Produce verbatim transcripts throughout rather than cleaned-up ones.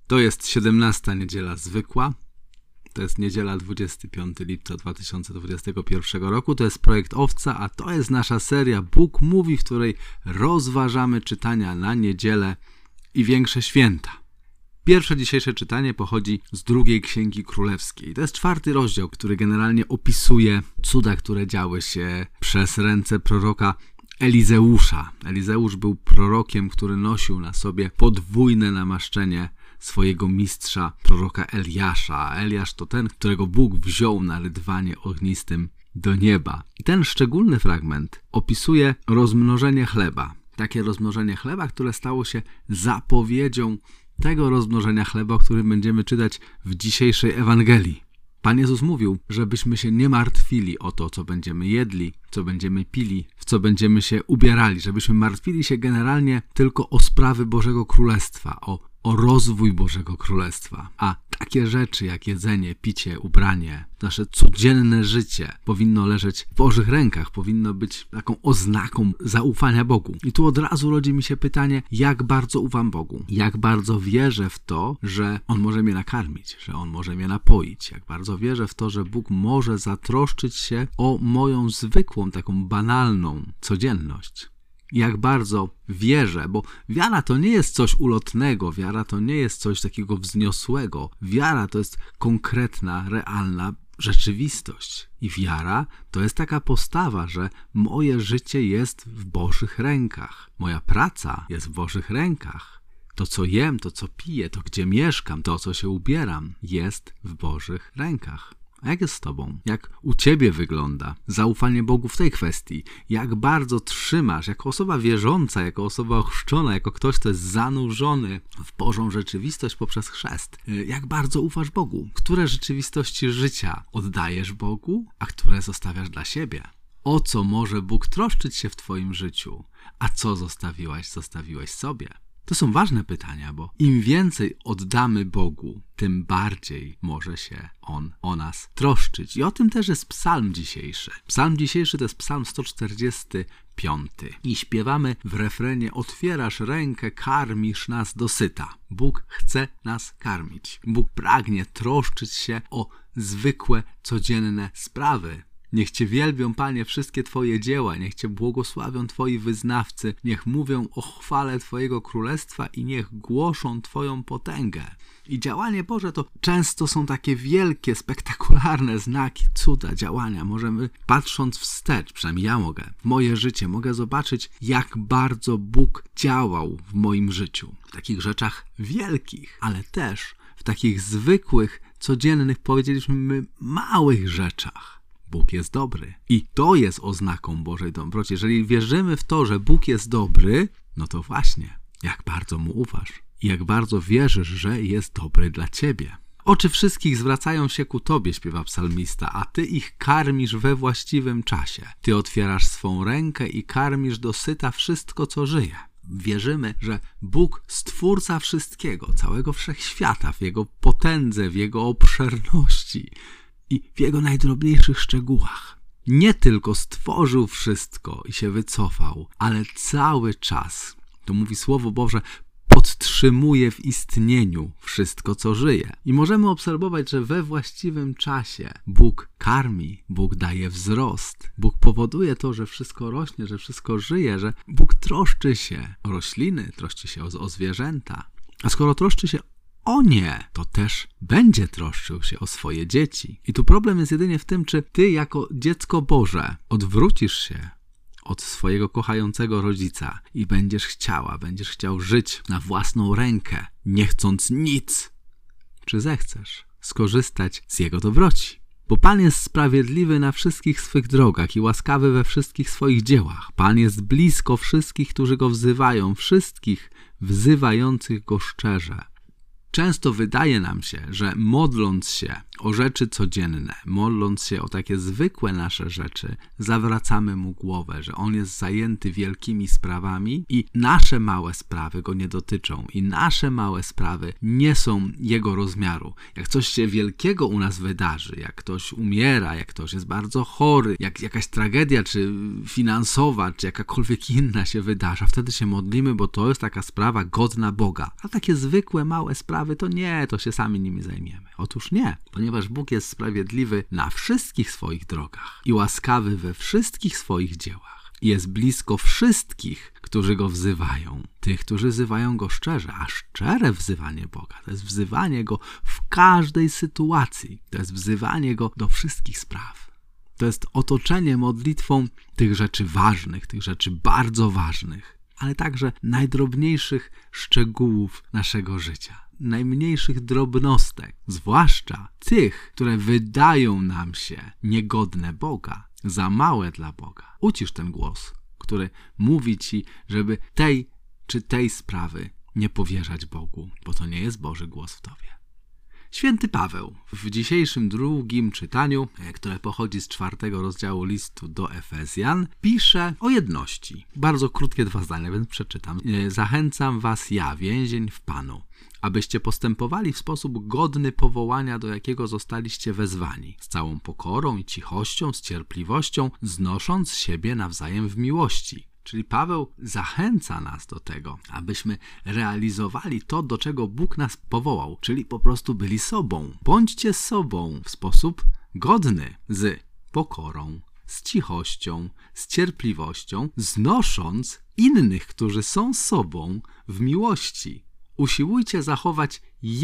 To jest siedemnasta niedziela zwykła. To jest niedziela dwudziestego piątego lipca dwa tysiące dwudziestego pierwszego roku. To jest projekt Owca, a to jest nasza seria Bóg mówi, w której rozważamy czytania na niedzielę i większe święta. Pierwsze dzisiejsze czytanie pochodzi z drugiej Księgi Królewskiej. To jest czwarty rozdział, który generalnie opisuje cuda, które działy się przez ręce proroka Elizeusza. Elizeusz był prorokiem, który nosił na sobie podwójne namaszczenie swojego mistrza, proroka Eliasza. A Eliasz to ten, którego Bóg wziął na rydwanie ognistym do nieba. I ten szczególny fragment opisuje rozmnożenie chleba. Takie rozmnożenie chleba, które stało się zapowiedzią tego rozmnożenia chleba, o którym będziemy czytać w dzisiejszej Ewangelii. Pan Jezus mówił, żebyśmy się nie martwili o to, co będziemy jedli, co będziemy pili, w co będziemy się ubierali, żebyśmy martwili się generalnie tylko o sprawy Bożego Królestwa, o o rozwój Bożego Królestwa. A takie rzeczy jak jedzenie, picie, ubranie, nasze codzienne życie powinno leżeć w Bożych rękach, powinno być taką oznaką zaufania Bogu. I tu od razu rodzi mi się pytanie, jak bardzo ufam Bogu? Jak bardzo wierzę w to, że On może mnie nakarmić, że On może mnie napoić? Jak bardzo wierzę w to, że Bóg może zatroszczyć się o moją zwykłą, taką banalną codzienność? Jak bardzo wierzę, bo wiara to nie jest coś ulotnego, wiara to nie jest coś takiego wzniosłego. Wiara to jest konkretna, realna rzeczywistość. I wiara to jest taka postawa, że moje życie jest w Bożych rękach. Moja praca jest w Bożych rękach. To, co jem, to, co piję, to, gdzie mieszkam, to, co się ubieram, jest w Bożych rękach. A jak jest z tobą? Jak u ciebie wygląda zaufanie Bogu w tej kwestii? Jak bardzo trzymasz, jako osoba wierząca, jako osoba ochrzczona, jako ktoś, kto jest zanurzony w Bożą rzeczywistość poprzez chrzest? Jak bardzo ufasz Bogu? Które rzeczywistości życia oddajesz Bogu, a które zostawiasz dla siebie? O co może Bóg troszczyć się w twoim życiu, a co zostawiłaś, zostawiłeś sobie? To są ważne pytania, bo im więcej oddamy Bogu, tym bardziej może się On o nas troszczyć. I o tym też jest psalm dzisiejszy. Psalm dzisiejszy to jest psalm sto czterdziesty piąty. I śpiewamy w refrenie: otwierasz rękę, karmisz nas dosyta. Bóg chce nas karmić. Bóg pragnie troszczyć się o zwykłe, codzienne sprawy. Niech Cię wielbią, Panie, wszystkie Twoje dzieła, niech Cię błogosławią Twoi wyznawcy, niech mówią o chwale Twojego Królestwa i niech głoszą Twoją potęgę. I działanie Boże to często są takie wielkie, spektakularne znaki, cuda, działania. Możemy, patrząc wstecz, przynajmniej ja mogę, w moje życie, mogę zobaczyć, jak bardzo Bóg działał w moim życiu. W takich rzeczach wielkich, ale też w takich zwykłych, codziennych, powiedzieliśmy, małych rzeczach. Bóg jest dobry. I to jest oznaką Bożej dobroci. Jeżeli wierzymy w to, że Bóg jest dobry, no to właśnie, jak bardzo Mu ufasz i jak bardzo wierzysz, że jest dobry dla ciebie. Oczy wszystkich zwracają się ku Tobie, śpiewa psalmista, a Ty ich karmisz we właściwym czasie. Ty otwierasz swą rękę i karmisz dosyta wszystko, co żyje. Wierzymy, że Bóg, Stwórca wszystkiego, całego wszechświata, w Jego potędze, w Jego obszerności i w Jego najdrobniejszych szczegółach nie tylko stworzył wszystko i się wycofał, ale cały czas, to mówi Słowo Boże, podtrzymuje w istnieniu wszystko, co żyje. I możemy obserwować, że we właściwym czasie Bóg karmi, Bóg daje wzrost, Bóg powoduje to, że wszystko rośnie, że wszystko żyje, że Bóg troszczy się o rośliny, troszczy się o, o zwierzęta. A skoro troszczy się o nie, to też będzie troszczył się o swoje dzieci. I tu problem jest jedynie w tym, czy ty jako dziecko Boże odwrócisz się od swojego kochającego rodzica i będziesz chciała, będziesz chciał żyć na własną rękę, nie chcąc nic, czy zechcesz skorzystać z Jego dobroci. Bo Pan jest sprawiedliwy na wszystkich swych drogach i łaskawy we wszystkich swoich dziełach. Pan jest blisko wszystkich, którzy Go wzywają, wszystkich wzywających Go szczerze. Często wydaje nam się, że modląc się o rzeczy codzienne, modląc się o takie zwykłe nasze rzeczy, zawracamy Mu głowę, że On jest zajęty wielkimi sprawami i nasze małe sprawy Go nie dotyczą i nasze małe sprawy nie są Jego rozmiaru. Jak coś się wielkiego u nas wydarzy, jak ktoś umiera, jak ktoś jest bardzo chory, jak jakaś tragedia, czy finansowa, czy jakakolwiek inna się wydarza, wtedy się modlimy, bo to jest taka sprawa godna Boga. A takie zwykłe, małe sprawy sprawy, to nie, to się sami nimi zajmiemy. Otóż nie, ponieważ Bóg jest sprawiedliwy na wszystkich swoich drogach i łaskawy we wszystkich swoich dziełach. Jest blisko wszystkich, którzy Go wzywają. Tych, którzy wzywają Go szczerze, a szczere wzywanie Boga to jest wzywanie Go w każdej sytuacji. To jest wzywanie Go do wszystkich spraw. To jest otoczenie modlitwą tych rzeczy ważnych, tych rzeczy bardzo ważnych, ale także najdrobniejszych szczegółów naszego życia, najmniejszych drobnostek, zwłaszcza tych, które wydają nam się niegodne Boga, za małe dla Boga. Ucisz ten głos, który mówi ci, żeby tej czy tej sprawy nie powierzać Bogu, bo to nie jest Boży głos w tobie. Święty Paweł w dzisiejszym drugim czytaniu, które pochodzi z czwartego rozdziału listu do Efezjan, pisze o jedności. Bardzo krótkie dwa zdania, więc przeczytam. Zachęcam was ja, więzień w Panu, abyście postępowali w sposób godny powołania, do jakiego zostaliście wezwani, z całą pokorą i cichością, z cierpliwością, znosząc siebie nawzajem w miłości. Czyli Paweł zachęca nas do tego, abyśmy realizowali to, do czego Bóg nas powołał, czyli po prostu byli sobą. Bądźcie sobą w sposób godny, z pokorą, z cichością, z cierpliwością, znosząc innych, którzy są sobą w miłości. Usiłujcie zachować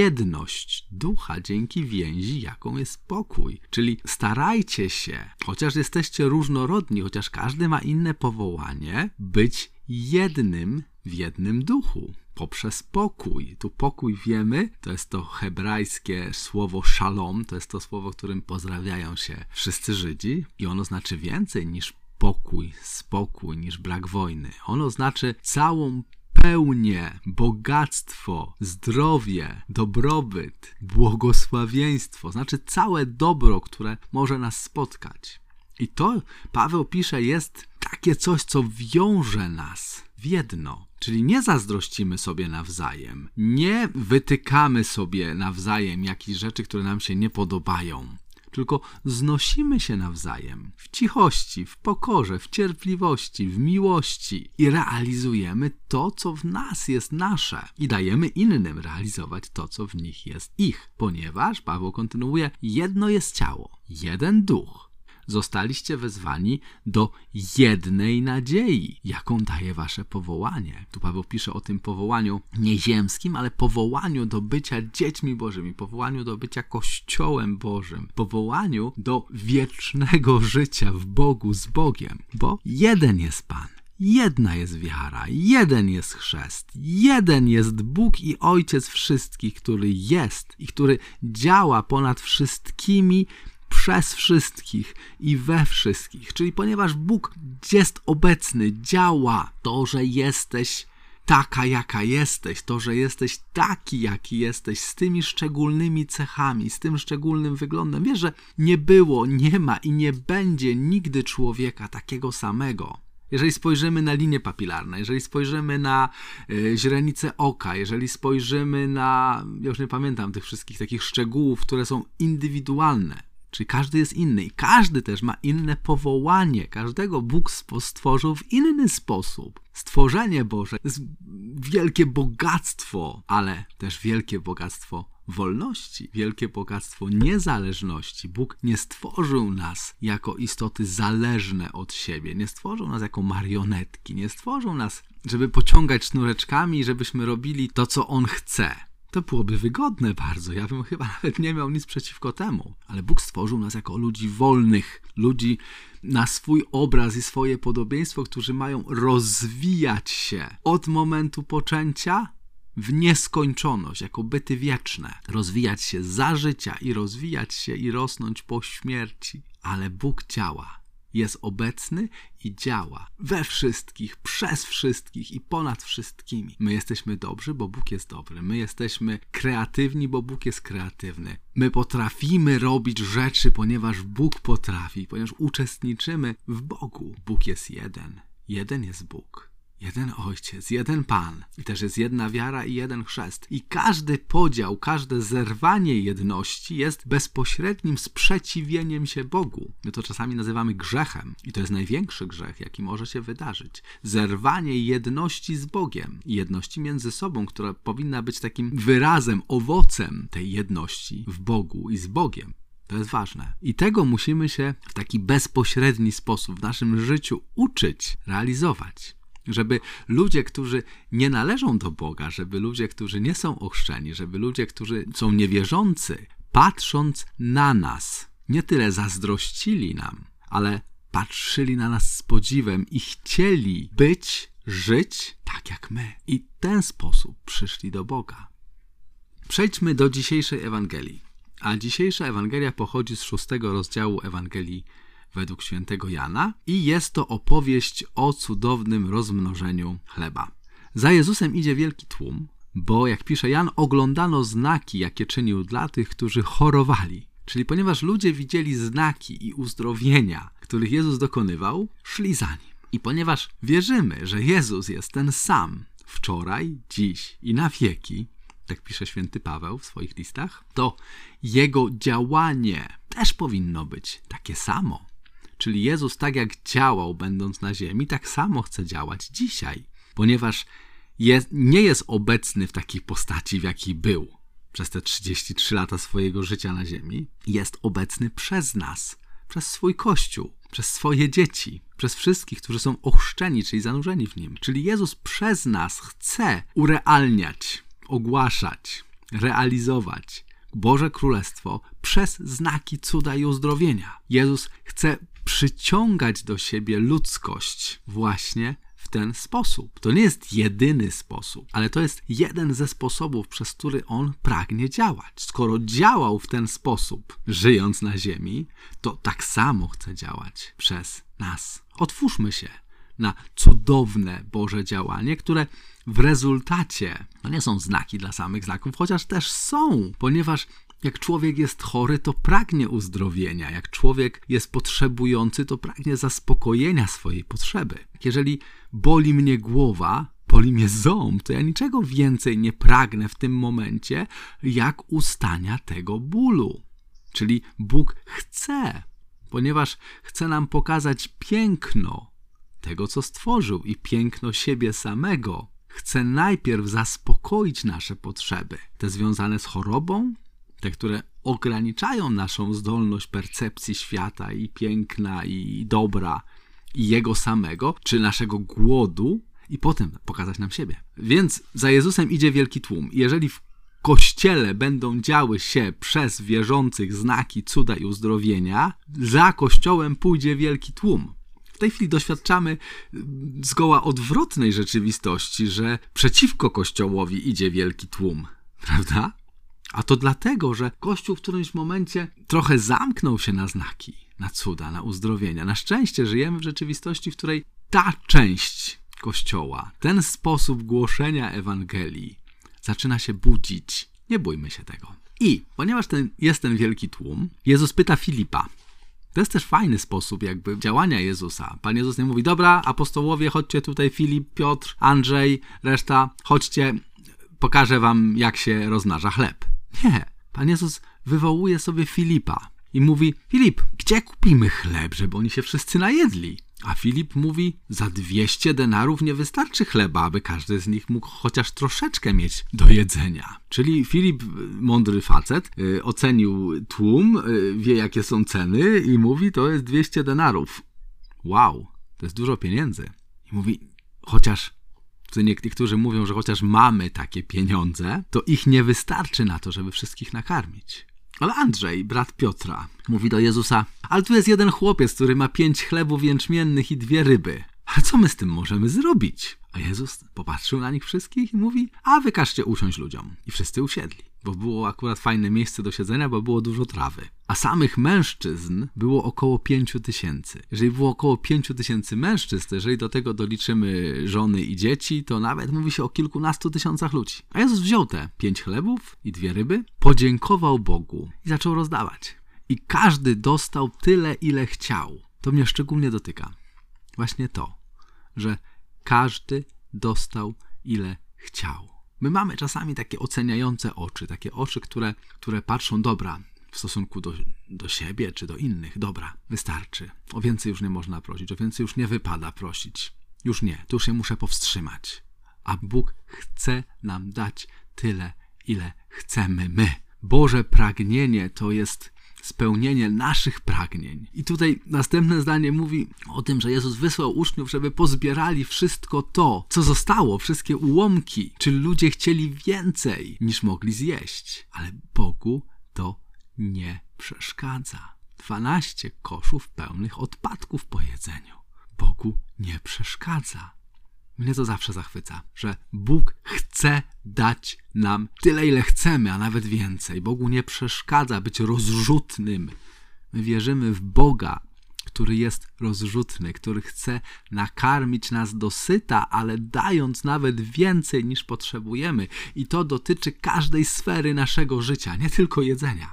jedność ducha dzięki więzi, jaką jest pokój. Czyli starajcie się, chociaż jesteście różnorodni, chociaż każdy ma inne powołanie, być jednym w jednym duchu. Poprzez pokój. Tu pokój wiemy, to jest to hebrajskie słowo szalom, to jest to słowo, którym pozdrawiają się wszyscy Żydzi i ono znaczy więcej niż pokój, spokój, niż brak wojny. Ono znaczy całą pełnię, bogactwo, zdrowie, dobrobyt, błogosławieństwo, znaczy całe dobro, które może nas spotkać. I to, Paweł pisze, jest takie coś, co wiąże nas w jedno. Czyli nie zazdrościmy sobie nawzajem, nie wytykamy sobie nawzajem jakichś rzeczy, które nam się nie podobają, tylko znosimy się nawzajem w cichości, w pokorze, w cierpliwości, w miłości i realizujemy to, co w nas jest nasze i dajemy innym realizować to, co w nich jest ich, ponieważ, Paweł kontynuuje, jedno jest ciało, jeden duch. Zostaliście wezwani do jednej nadziei, jaką daje wasze powołanie. Tu Paweł pisze o tym powołaniu nie ziemskim, ale powołaniu do bycia dziećmi Bożymi, powołaniu do bycia Kościołem Bożym, powołaniu do wiecznego życia w Bogu z Bogiem, bo jeden jest Pan. Jedna jest wiara, jeden jest chrzest, jeden jest Bóg i Ojciec wszystkich, który jest i który działa ponad wszystkimi, przez wszystkich i we wszystkich. Czyli ponieważ Bóg jest obecny, działa, to, że jesteś taka, jaka jesteś, to, że jesteś taki, jaki jesteś, z tymi szczególnymi cechami, z tym szczególnym wyglądem. Wiesz, że nie było, nie ma i nie będzie nigdy człowieka takiego samego. Jeżeli spojrzymy na linie papilarne, jeżeli spojrzymy na y, źrenicę oka, jeżeli spojrzymy na, ja już nie pamiętam tych wszystkich takich szczegółów, które są indywidualne, czyli każdy jest inny i każdy też ma inne powołanie. Każdego Bóg stworzył w inny sposób. Stworzenie Boże to jest wielkie bogactwo, ale też wielkie bogactwo wolności, wielkie bogactwo niezależności. Bóg nie stworzył nas jako istoty zależne od siebie, nie stworzył nas jako marionetki, nie stworzył nas, żeby pociągać sznureczkami i żebyśmy robili to, co On chce. To byłoby wygodne bardzo, ja bym chyba nawet nie miał nic przeciwko temu. Ale Bóg stworzył nas jako ludzi wolnych, ludzi na swój obraz i swoje podobieństwo, którzy mają rozwijać się od momentu poczęcia w nieskończoność, jako byty wieczne. Rozwijać się za życia i rozwijać się i rosnąć po śmierci. Ale Bóg działa. Jest obecny i działa we wszystkich, przez wszystkich i ponad wszystkimi. My jesteśmy dobrzy, bo Bóg jest dobry. My jesteśmy kreatywni, bo Bóg jest kreatywny. My potrafimy robić rzeczy, ponieważ Bóg potrafi, ponieważ uczestniczymy w Bogu. Bóg jest jeden. Jeden jest Bóg. jeden Ojciec, jeden Pan i też jest jedna wiara i jeden chrzest. I każdy podział, każde zerwanie jedności jest bezpośrednim sprzeciwieniem się Bogu. My to czasami nazywamy grzechem i to jest największy grzech, jaki może się wydarzyć. Zerwanie jedności z Bogiem i jedności między sobą, która powinna być takim wyrazem, owocem tej jedności w Bogu i z Bogiem. To jest ważne. I tego musimy się w taki bezpośredni sposób w naszym życiu uczyć, realizować. Żeby ludzie, którzy nie należą do Boga, żeby ludzie, którzy nie są ochrzczeni, żeby ludzie, którzy są niewierzący, patrząc na nas, nie tyle zazdrościli nam, ale patrzyli na nas z podziwem i chcieli być, żyć tak jak my. I w ten sposób przyszli do Boga. Przejdźmy do dzisiejszej Ewangelii. A dzisiejsza Ewangelia pochodzi z szóstego rozdziału Ewangelii według świętego Jana i jest to opowieść o cudownym rozmnożeniu chleba. Za Jezusem idzie wielki tłum, bo jak pisze Jan, oglądano znaki, jakie czynił dla tych, którzy chorowali. Czyli ponieważ ludzie widzieli znaki i uzdrowienia, których Jezus dokonywał, szli za Nim. I ponieważ wierzymy, że Jezus jest ten sam wczoraj, dziś i na wieki, tak pisze święty Paweł w swoich listach, to Jego działanie też powinno być takie samo. Czyli Jezus tak jak działał będąc na ziemi, tak samo chce działać dzisiaj. Ponieważ jest, nie jest obecny w takiej postaci, w jakiej był przez te trzydzieści trzy lata swojego życia na ziemi. Jest obecny przez nas, przez swój Kościół, przez swoje dzieci, przez wszystkich, którzy są ochrzczeni, czyli zanurzeni w Nim. Czyli Jezus przez nas chce urealniać, ogłaszać, realizować Boże Królestwo przez znaki, cuda i uzdrowienia. Jezus chce przyciągać do siebie ludzkość właśnie w ten sposób. To nie jest jedyny sposób, ale to jest jeden ze sposobów, przez który On pragnie działać. Skoro działał w ten sposób, żyjąc na ziemi, to tak samo chce działać przez nas. Otwórzmy się na cudowne Boże działanie, które w rezultacie, no nie są znaki dla samych znaków, chociaż też są, ponieważ jak człowiek jest chory, to pragnie uzdrowienia. Jak człowiek jest potrzebujący, to pragnie zaspokojenia swojej potrzeby. Jeżeli boli mnie głowa, boli mnie ząb, to ja niczego więcej nie pragnę w tym momencie, jak ustania tego bólu. Czyli Bóg chce, ponieważ chce nam pokazać piękno tego, co stworzył i piękno siebie samego. Chce najpierw zaspokoić nasze potrzeby, te związane z chorobą, te, które ograniczają naszą zdolność percepcji świata i piękna i dobra i Jego samego, czy naszego głodu i potem pokazać nam siebie. Więc za Jezusem idzie wielki tłum. Jeżeli w Kościele będą działy się przez wierzących znaki, cuda i uzdrowienia, za Kościołem pójdzie wielki tłum. W tej chwili doświadczamy zgoła odwrotnej rzeczywistości, że przeciwko Kościołowi idzie wielki tłum, prawda? A to dlatego, że Kościół w którymś momencie trochę zamknął się na znaki, na cuda, na uzdrowienia. Na szczęście żyjemy w rzeczywistości, w której ta część Kościoła, ten sposób głoszenia Ewangelii zaczyna się budzić. Nie bójmy się tego. I ponieważ ten, jest ten wielki tłum, Jezus pyta Filipa. To jest też fajny sposób jakby działania Jezusa. Pan Jezus nie mówi, dobra, apostołowie, chodźcie tutaj, Filip, Piotr, Andrzej, reszta, chodźcie, pokażę wam, jak się rozmnaża chleb. Nie. Pan Jezus wywołuje sobie Filipa i mówi, Filip, gdzie kupimy chleb, żeby oni się wszyscy najedli? A Filip mówi, za dwieście denarów nie wystarczy chleba, aby każdy z nich mógł chociaż troszeczkę mieć do jedzenia. Czyli Filip, mądry facet, yy, ocenił tłum, yy, wie jakie są ceny i mówi, to jest dwieście denarów. Wow, to jest dużo pieniędzy. I mówi, chociaż, niektórzy mówią, że chociaż mamy takie pieniądze, to ich nie wystarczy na to, żeby wszystkich nakarmić. Ale Andrzej, brat Piotra, mówi do Jezusa, ale tu jest jeden chłopiec, który ma pięć chlebów jęczmiennych i dwie ryby. Ale co my z tym możemy zrobić? A Jezus popatrzył na nich wszystkich i mówi, a wy każcie usiąść ludziom. I wszyscy usiedli, bo było akurat fajne miejsce do siedzenia, bo było dużo trawy. A samych mężczyzn było około pięciu tysięcy. Jeżeli było około pięciu tysięcy mężczyzn, to jeżeli do tego doliczymy żony i dzieci, to nawet mówi się o kilkunastu tysiącach ludzi. A Jezus wziął te pięć chlebów i dwie ryby, podziękował Bogu i zaczął rozdawać. I każdy dostał tyle, ile chciał. To mnie szczególnie dotyka. Właśnie to, że każdy dostał ile chciał. My mamy czasami takie oceniające oczy, takie oczy, które, które patrzą, dobra, w stosunku do, do siebie czy do innych, dobra, wystarczy. O więcej już nie można prosić, o więcej już nie wypada prosić. Już nie, tu już się muszę powstrzymać. A Bóg chce nam dać tyle, ile chcemy my. Boże pragnienie to jest spełnienie naszych pragnień. I tutaj następne zdanie mówi o tym, że Jezus wysłał uczniów, żeby pozbierali wszystko to, co zostało, wszystkie ułomki. Czyli ludzie chcieli więcej, niż mogli zjeść. Ale Bogu to nie przeszkadza. Dwanaście koszów pełnych odpadków po jedzeniu. Bogu nie przeszkadza. Mnie to zawsze zachwyca, że Bóg chce dać nam tyle, ile chcemy, a nawet więcej. Bogu nie przeszkadza być rozrzutnym. My wierzymy w Boga, który jest rozrzutny, który chce nakarmić nas do syta, ale dając nawet więcej niż potrzebujemy. I to dotyczy każdej sfery naszego życia, nie tylko jedzenia.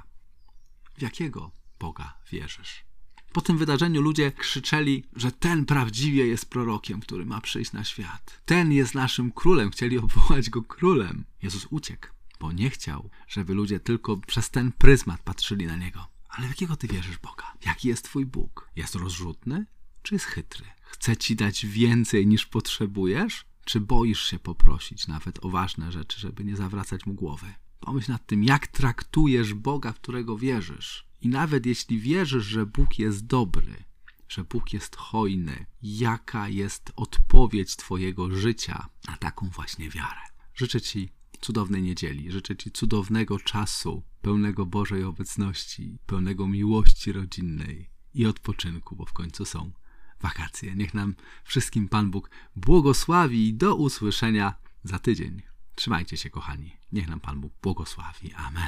W jakiego Boga wierzysz? Po tym wydarzeniu ludzie krzyczeli, że ten prawdziwie jest prorokiem, który ma przyjść na świat. Ten jest naszym królem. Chcieli obwołać go królem. Jezus uciekł, bo nie chciał, żeby ludzie tylko przez ten pryzmat patrzyli na niego. Ale w jakiego ty wierzysz Boga? Jaki jest twój Bóg? Jest rozrzutny, czy jest chytry? Chce ci dać więcej niż potrzebujesz? Czy boisz się poprosić nawet o ważne rzeczy, żeby nie zawracać mu głowy? Pomyśl nad tym, jak traktujesz Boga, w którego wierzysz. I nawet jeśli wierzysz, że Bóg jest dobry, że Bóg jest hojny, jaka jest odpowiedź twojego życia na taką właśnie wiarę? Życzę ci cudownej niedzieli, życzę ci cudownego czasu, pełnego Bożej obecności, pełnego miłości rodzinnej i odpoczynku, bo w końcu są wakacje. Niech nam wszystkim Pan Bóg błogosławi i do usłyszenia za tydzień. Trzymajcie się, kochani. Niech nam Pan Bóg błogosławi. Amen.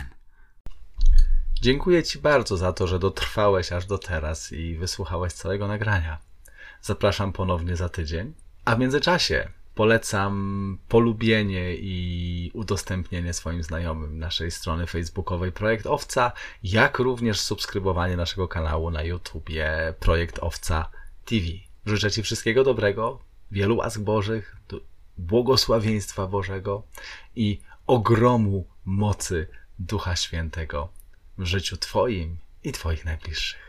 Dziękuję Ci bardzo za to, że dotrwałeś aż do teraz i wysłuchałeś całego nagrania. Zapraszam ponownie za tydzień, a w międzyczasie polecam polubienie i udostępnienie swoim znajomym naszej strony facebookowej Projekt Owca, jak również subskrybowanie naszego kanału na YouTubie Projekt Owca T V. Życzę Ci wszystkiego dobrego, wielu łask Bożych, błogosławieństwa Bożego i ogromu mocy Ducha Świętego w życiu Twoim i Twoich najbliższych.